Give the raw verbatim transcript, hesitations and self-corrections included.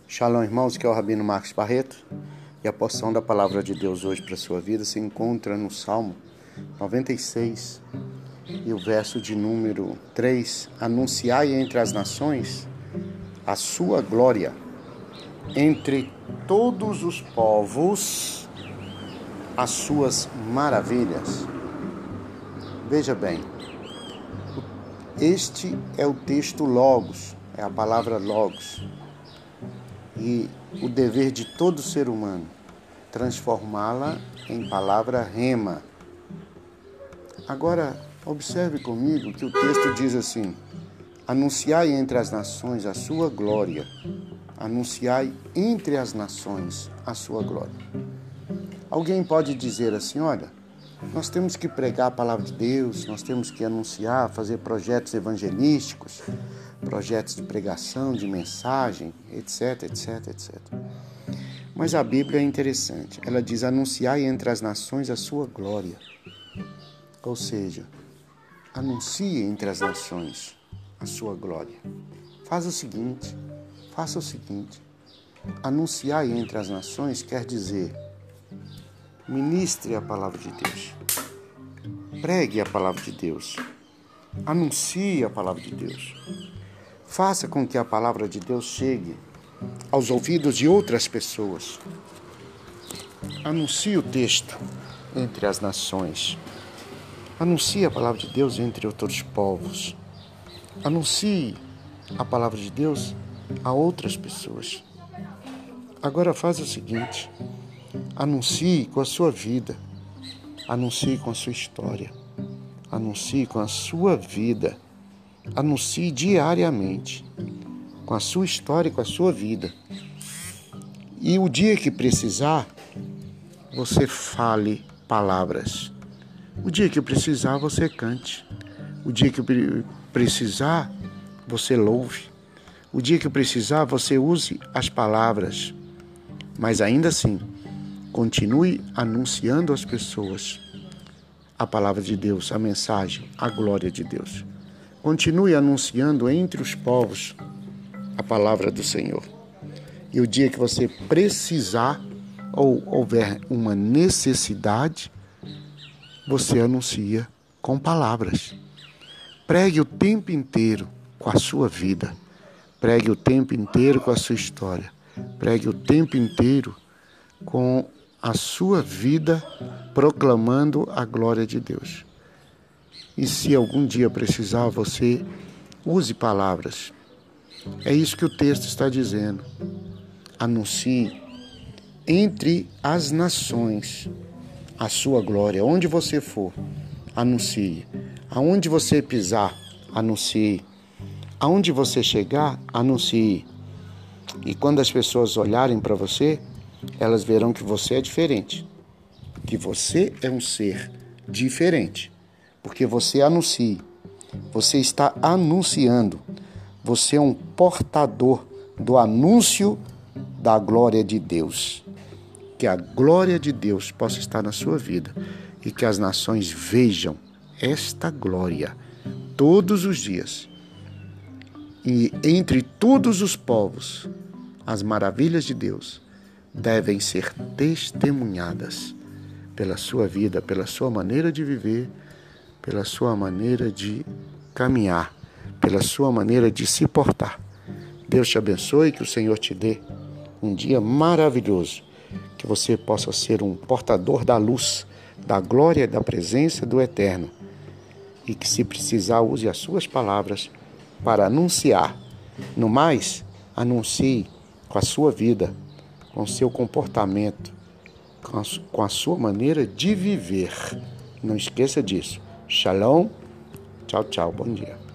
Shalom, irmãos, que é o Rabino Marcos Barreto. E a porção da palavra de Deus hoje para a sua vida se encontra no Salmo noventa e seis e o verso de número três. Anunciai entre as nações a sua glória, entre todos os povos as suas maravilhas. Veja bem, este é o texto Logos, é a palavra Logos. E o dever de todo ser humano, transformá-la em palavra rema. Agora, observe comigo que o texto diz assim: anunciai entre as nações a sua glória. Anunciai entre as nações a sua glória. Alguém pode dizer assim: olha, nós temos que pregar a palavra de Deus, nós temos que anunciar, fazer projetos evangelísticos, projetos de pregação, de mensagem, etc, etc, etcétera. Mas a Bíblia é interessante. Ela diz: anunciai entre as nações a sua glória. Ou seja, anuncie entre as nações a sua glória. Faz o seguinte, faça o seguinte. Anunciai entre as nações quer dizer: ministre a palavra de Deus. Pregue a palavra de Deus. Anuncie a palavra de Deus. Faça com que a palavra de Deus chegue aos ouvidos de outras pessoas. Anuncie o texto entre as nações. Anuncie a palavra de Deus entre outros povos. Anuncie a palavra de Deus a outras pessoas. Agora faça o seguinte: anuncie com a sua vida. Anuncie com a sua história. Anuncie com a sua vida. Anuncie diariamente, com a sua história e com a sua vida. E o dia que precisar, você fale palavras. O dia que precisar, você cante. O dia que precisar, você louve. O dia que precisar, você use as palavras. Mas ainda assim, continue anunciando às pessoas a palavra de Deus, a mensagem, a glória de Deus. Continue anunciando entre os povos a palavra do Senhor. E o dia que você precisar ou houver uma necessidade, você anuncia com palavras. Pregue o tempo inteiro com a sua vida. Pregue o tempo inteiro com a sua história. Pregue o tempo inteiro com a sua vida proclamando a glória de Deus. E se algum dia precisar, você use palavras. É isso que o texto está dizendo. Anuncie entre as nações a sua glória. Onde você for, anuncie. Aonde você pisar, anuncie. Aonde você chegar, anuncie. E quando as pessoas olharem para você, elas verão que você é diferente. Que você é um ser diferente. Porque você anuncia. Você está anunciando. Você é um portador do anúncio da glória de Deus. Que a glória de Deus possa estar na sua vida e que as nações vejam esta glória todos os dias. E entre todos os povos, as maravilhas de Deus devem ser testemunhadas pela sua vida, pela sua maneira de viver, pela sua maneira de caminhar, pela sua maneira de se portar. Deus te abençoe, que o Senhor te dê um dia maravilhoso, que você possa ser um portador da luz, da glória e da presença do Eterno, e que, se precisar, use as suas palavras para anunciar. No mais, anuncie com a sua vida, com o seu comportamento, com a, com a sua maneira de viver. Não esqueça disso. Shalom. Tchau, tchau. Bom dia.